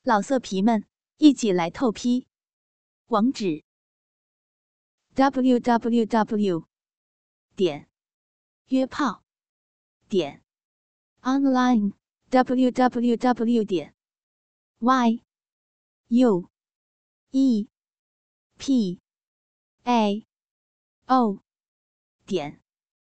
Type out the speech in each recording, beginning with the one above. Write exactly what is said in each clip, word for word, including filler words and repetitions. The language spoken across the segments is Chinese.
老色皮们，一起来透批！网址 ：double u double u double u 点约炮点 online w w w 点 y u e p a o 点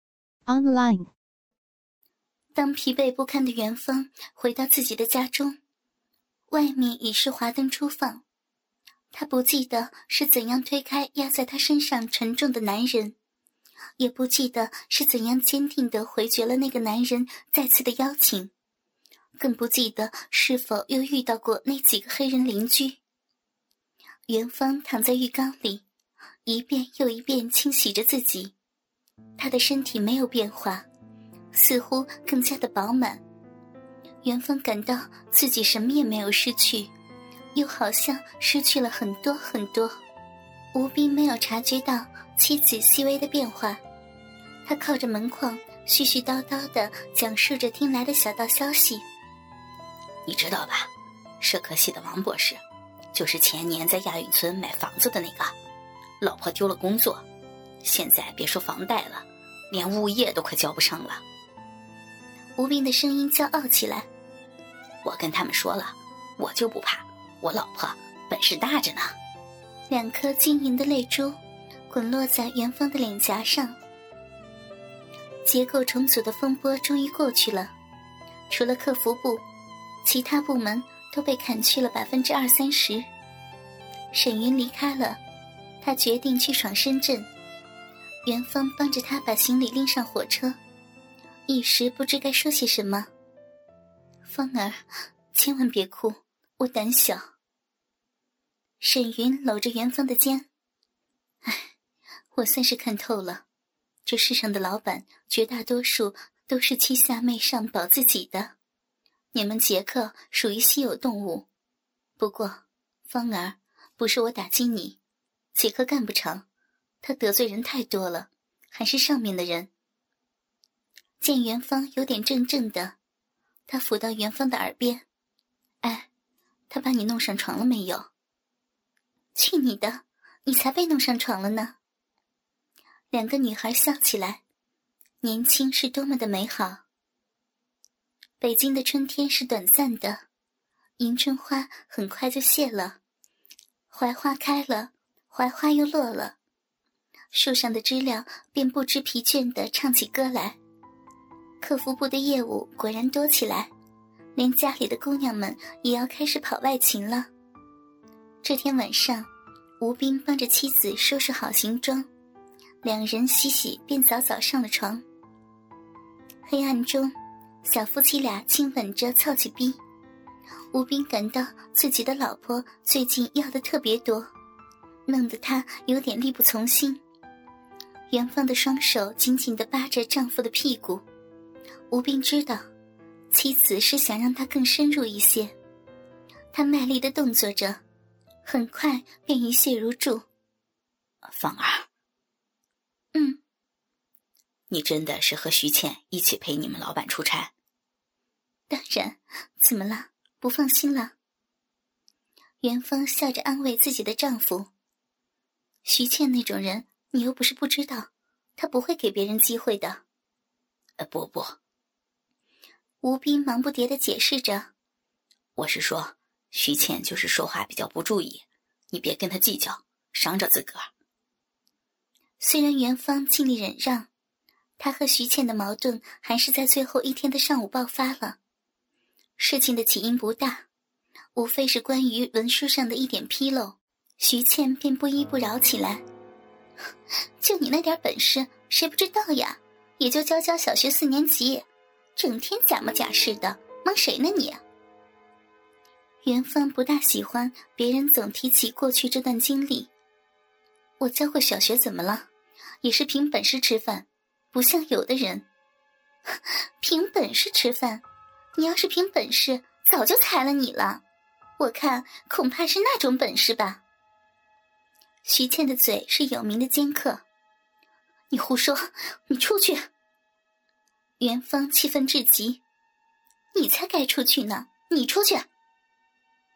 online。 当疲惫不堪的元芳回到自己的家中，外面已是华灯初放。他不记得是怎样推开压在他身上沉重的男人，也不记得是怎样坚定地回绝了那个男人再次的邀请，更不记得是否又遇到过那几个黑人邻居。元芳躺在浴缸里，一遍又一遍清洗着自己，他的身体没有变化，似乎更加的饱满。元芳感到自己什么也没有失去，又好像失去了很多很多。吴斌没有察觉到妻子细微的变化，他靠着门框絮絮叨叨地讲述着听来的小道消息。 你知道吧，社科系的王博士，就是前年在亚运村买房子的那个，老婆丢了工作，现在别说房贷了，连物业都快交不上了。 吴斌的声音骄傲起来。 我跟他们说了，我就不怕，我老婆本事大着呢。 两颗晶莹的泪珠滚落在元芳的脸颊上。结构重组的风波终于过去了，除了客服部，其他部门都被砍去了百分之二三十。沈云离开了，他决定去闯深圳。元芳帮着他把行李拎上火车，一时不知该说些什么。芳儿，千万别哭，我胆小。沈云搂着元芳的肩，唉，我算是看透了，这世上的老板绝大多数都是欺下媚上保自己的。你们杰克属于稀有动物，不过芳儿，不是我打击你，杰克干不成，他得罪人太多了，还是上面的人。见元芳有点怔怔的，他抚到元芳的耳边，哎，他把你弄上床了没有？去你的，你才被弄上床了呢。两个女孩笑起来，年轻是多么的美好。北京的春天是短暂的，迎春花很快就谢了，槐花开了，槐花又落了，树上的知了便不知疲倦地唱起歌来。客服部的业务果然多起来，连家里的姑娘们也要开始跑外勤了。这天晚上，吴斌帮着妻子收拾好行装，两人洗洗便早早上了床。黑暗中，小夫妻俩亲吻着操起逼。吴斌感到自己的老婆最近要的特别多，弄得他有点力不从心。元芳的双手紧紧地扒着丈夫的屁股，吴斌知道妻子是想让他更深入一些，他卖力地动作着，很快便一泻如注。 芳儿， 嗯， 你真的是和徐倩一起陪你们老板出差？ 当然，怎么了？不放心了？元芳笑着安慰自己的丈夫。徐倩那种人，你又不是不知道，她不会给别人机会的。 呃，不不。 吴斌忙不迭地解释着。 我是说，徐倩就是说话比较不注意，你别跟她计较，伤着自个儿。 虽然元芳尽力忍让，她和徐倩的矛盾还是在最后一天的上午爆发了。事情的起因不大，无非是关于文书上的一点纰漏，徐倩便不依不饶起来。就你那点本事，谁不知道呀？也就教教小学四年级，整天假模假式的，忙谁呢你？元芳不大喜欢别人总提起过去这段经历。我教过小学怎么了？也是凭本事吃饭，不像有的人。凭本事吃饭？你要是凭本事，早就裁了你了。我看恐怕是那种本事吧。徐倩的嘴是有名的尖刻。你胡说，你出去！元芳气愤至极。你才该出去呢，你出去！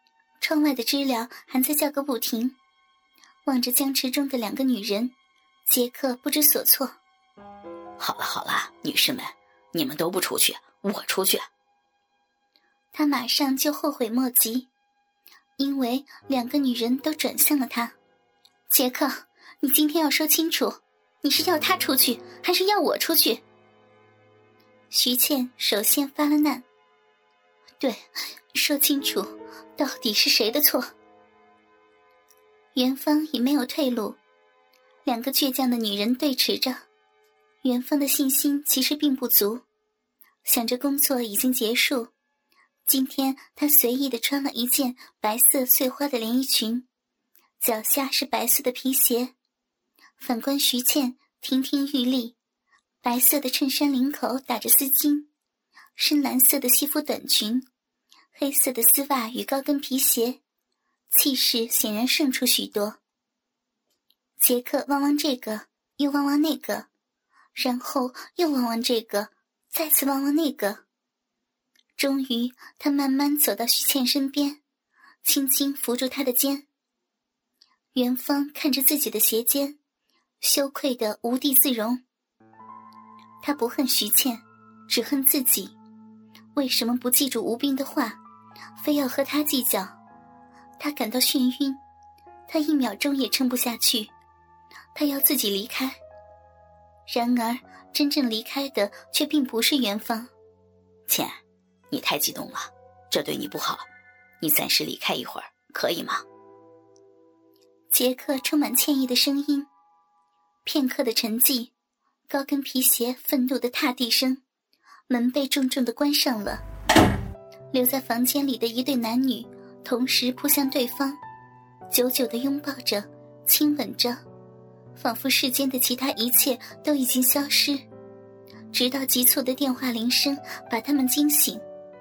窗外的知了还在叫个不停。望着僵持中的两个女人，杰克不知所措。 好了好了，女士们，你们都不出去，我出去。 他马上就后悔莫及，因为两个女人都转向了他。杰克，你今天要说清楚，你是要他出去还是要我出去？徐倩首先发了难。对，说清楚到底是谁的错。元芳已没有退路，两个倔强的女人对持着。元芳的信心其实并不足，想着工作已经结束，今天她随意地穿了一件白色碎花的连衣裙，脚下是白色的皮鞋。反观徐倩亭亭玉立，白色的衬衫领口打着丝巾，深蓝色的西服短裙，黑色的丝袜与高跟皮鞋，气势显然胜出许多。杰克望望这个，又望望那个，然后又望望这个，再次望望那个。终于他慢慢走到徐倩身边，轻轻扶住她的肩。元芳看着自己的鞋尖，羞愧得无地自容。他不恨徐倩，只恨自己，为什么不记住吴斌的话，非要和他计较？他感到眩晕，他一秒钟也撑不下去，他要自己离开。然而真正离开的却并不是元芳。 倩，你太激动了，这对你不好，你暂时离开一会儿，可以吗？ 杰克充满歉意的声音。片刻的沉寂，高跟皮鞋愤怒的踏地声，门被重重地关上了。留在房间里的一对男女同时扑向对方，久久地拥抱着，亲吻着，仿佛世间的其他一切都已经消失，直到急促的电话铃声把他们惊醒。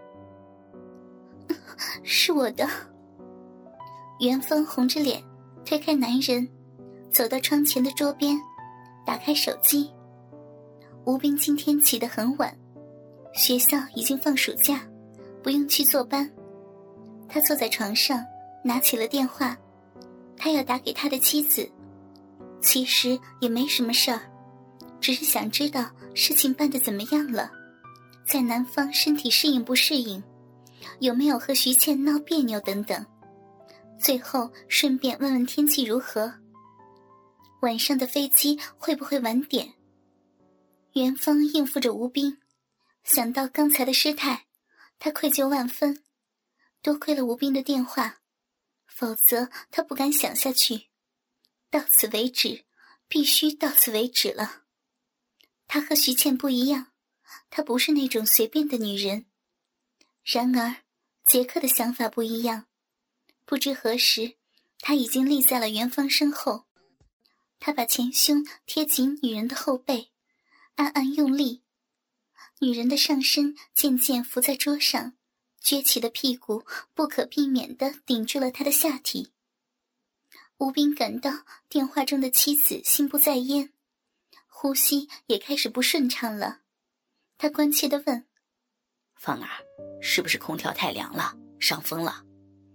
是我的。元芳红着脸推开男人，走到窗前的桌边，打开手机。吴斌今天起得很晚，学校已经放暑假，不用去坐班。他坐在床上，拿起了电话，他要打给他的妻子。其实也没什么事儿，只是想知道事情办得怎么样了，在南方身体适应不适应，有没有和徐倩闹别扭等等，最后顺便问问天气如何，晚上的飞机会不会晚点。元芳应付着吴斌，想到刚才的失态，他愧疚万分，多亏了吴斌的电话，否则他不敢想下去。到此为止，必须到此为止了。他和徐倩不一样，她不是那种随便的女人。然而杰克的想法不一样，不知何时他已经立在了元芳身后。他把前胸贴紧女人的后背，暗暗用力，女人的上身渐渐伏在桌上，撅起的屁股不可避免地顶住了他的下体。吴斌感到电话中的妻子心不在焉，呼吸也开始不顺畅了。他关切地问： 芳儿，是不是空调太凉了，伤风了？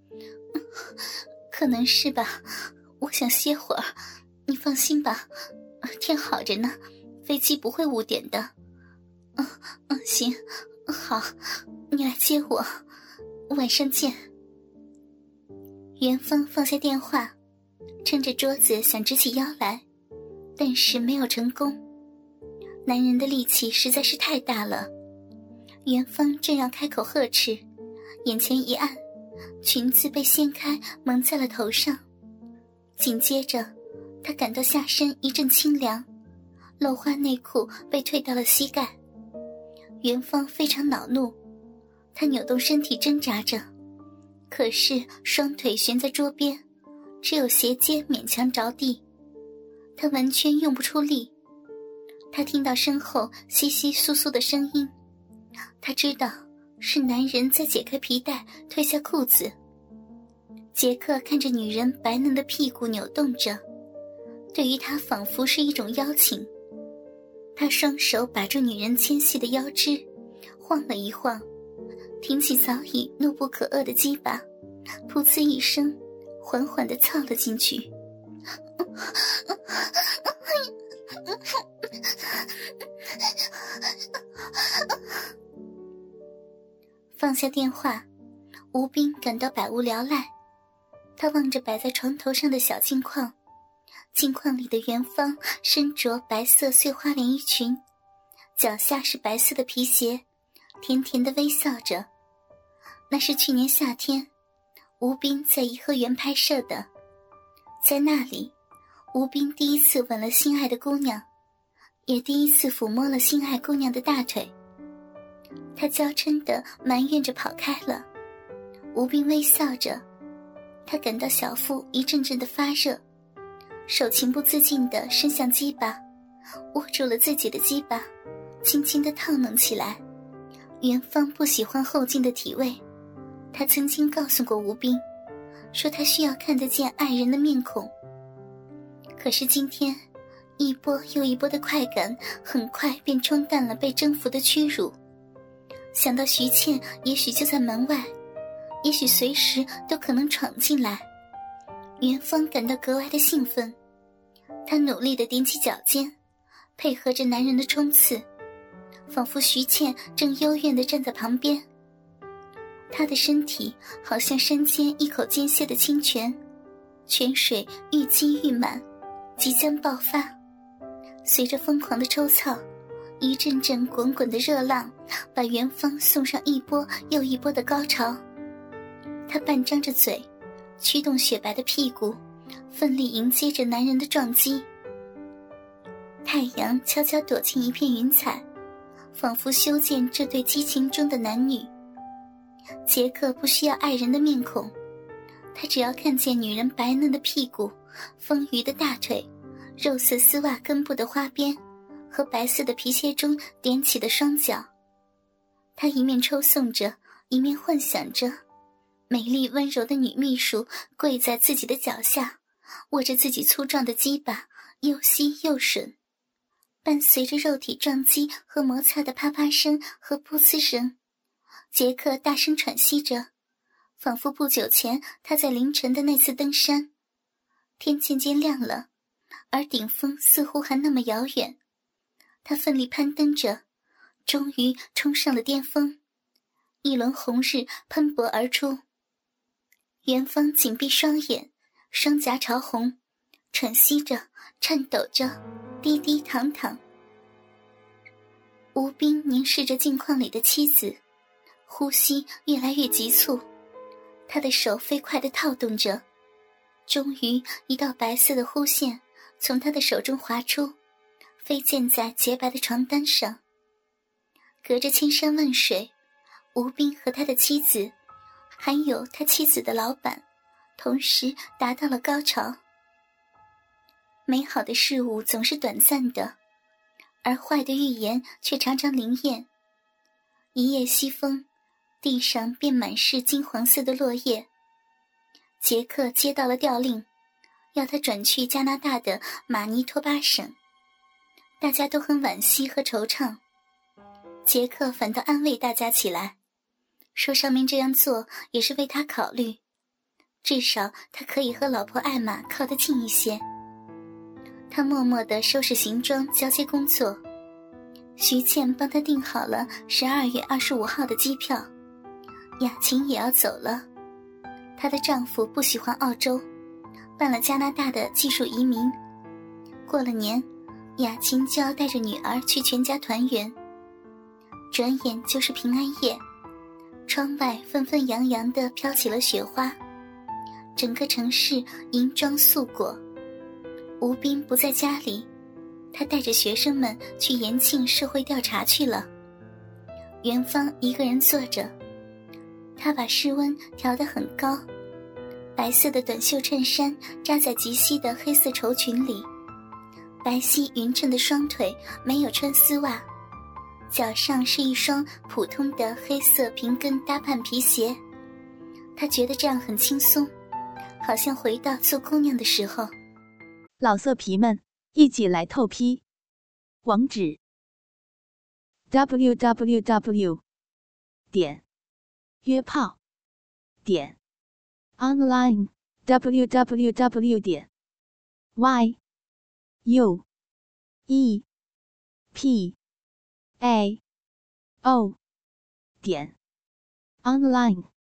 可能是吧，我想歇会儿，你放心吧，天好着呢，飞机不会误点的。嗯嗯，行，好，你来接我，晚上见。元芳放下电话，撑着桌子想直起腰来，但是没有成功。男人的力气实在是太大了。元芳正要开口呵斥，眼前一暗，裙子被掀开蒙在了头上。紧接着她感到下身一阵清凉，露花内裤被退到了膝盖。元芳非常恼怒，她扭动身体挣扎着，可是双腿悬在桌边，只有鞋尖勉强着地，她完全用不出力。她听到身后窸窸窣窣的声音，她知道是男人在解开皮带脱下裤子。杰克看着女人白嫩的屁股扭动着，对于她仿佛是一种邀请。他双手把住女人纤细的腰肢，晃了一晃，挺起早已怒不可遏的鸡巴， 噗呲一声，缓缓地操了进去。放下电话，吴斌感到百无聊赖。他望着摆在床头上的小镜框，镜框里的元芳身着白色碎花连衣裙，脚下是白色的皮鞋，甜甜地微笑着。那是去年夏天吴斌在颐和园拍摄的，在那里吴斌第一次吻了心爱的姑娘，也第一次抚摸了心爱姑娘的大腿。他娇嗔地埋怨着跑开了。吴斌微笑着，他感到小腹一阵阵的发热，手情不自禁地伸向鸡巴，握住了自己的鸡巴，轻轻地烫弄起来。元芳不喜欢后劲的体位，他曾经告诉过吴斌，说他需要看得见爱人的面孔。可是今天一波又一波的快感很快便冲淡了被征服的屈辱。想到徐倩也许就在门外，也许随时都可能闯进来，元芳感到格外的兴奋。她努力地踮起脚尖，配合着男人的冲刺，仿佛徐倩正幽怨地站在旁边。她的身体好像山间一口间歇的清泉，泉水愈积愈满，即将爆发。随着疯狂的抽操，一阵阵滚滚的热浪把元芳送上一波又一波的高潮。她半张着嘴，驱动雪白的屁股，奋力迎接着男人的撞击。太阳悄悄躲进一片云彩，仿佛修建这对激情中的男女。杰克不需要爱人的面孔，他只要看见女人白嫩的屁股、丰腴的大腿、肉色丝袜根部的花边和白色的皮鞋中踮起的双脚。他一面抽送着，一面幻想着美丽温柔的女秘书跪在自己的脚下，握着自己粗壮的鸡巴，又吸又吮，伴随着肉体撞击和摩擦的啪啪声和噗呲声，杰克大声喘息着，仿佛不久前他在凌晨的那次登山。天渐渐亮了，而顶峰似乎还那么遥远。他奋力攀登着，终于冲上了巅峰。一轮红日喷薄而出。元芳紧闭双眼，双颊潮红，喘息着，颤抖着，低低躺躺。吴斌凝视着镜框里的妻子，呼吸越来越急促，他的手飞快地套动着，终于一道白色的弧线从他的手中划出，飞溅在洁白的床单上。隔着千山万水，吴斌和他的妻子还有他妻子的老板同时达到了高潮。美好的事物总是短暂的，而坏的预言却常常灵验。一夜西风，地上便满是金黄色的落叶。杰克接到了调令，要他转去加拿大的马尼托巴省。大家都很惋惜和惆怅，杰克反倒安慰大家起来，说上面这样做也是为他考虑，至少他可以和老婆艾玛靠得近一些。他默默地收拾行装，交接工作。徐倩帮他订好了十二月二十五号的机票，雅琴也要走了。她的丈夫不喜欢澳洲，办了加拿大的技术移民。过了年，雅琴就要带着女儿去全家团圆。转眼就是平安夜，窗外纷纷扬扬地飘起了雪花，整个城市银装素裹。吴斌不在家里，他带着学生们去延庆社会调查去了。元芳一个人坐着，他把室温调得很高，白色的短袖衬衫扎在及膝的黑色绸裙里，白皙匀称的双腿没有穿丝袜，脚上是一双普通的黑色平跟搭畔皮鞋。他觉得这样很轻松，好像回到做姑娘的时候。 老色皮们，一起来透批！网址 ：double u double u double u 点约炮点 online www 点 y u e p a o 点 online。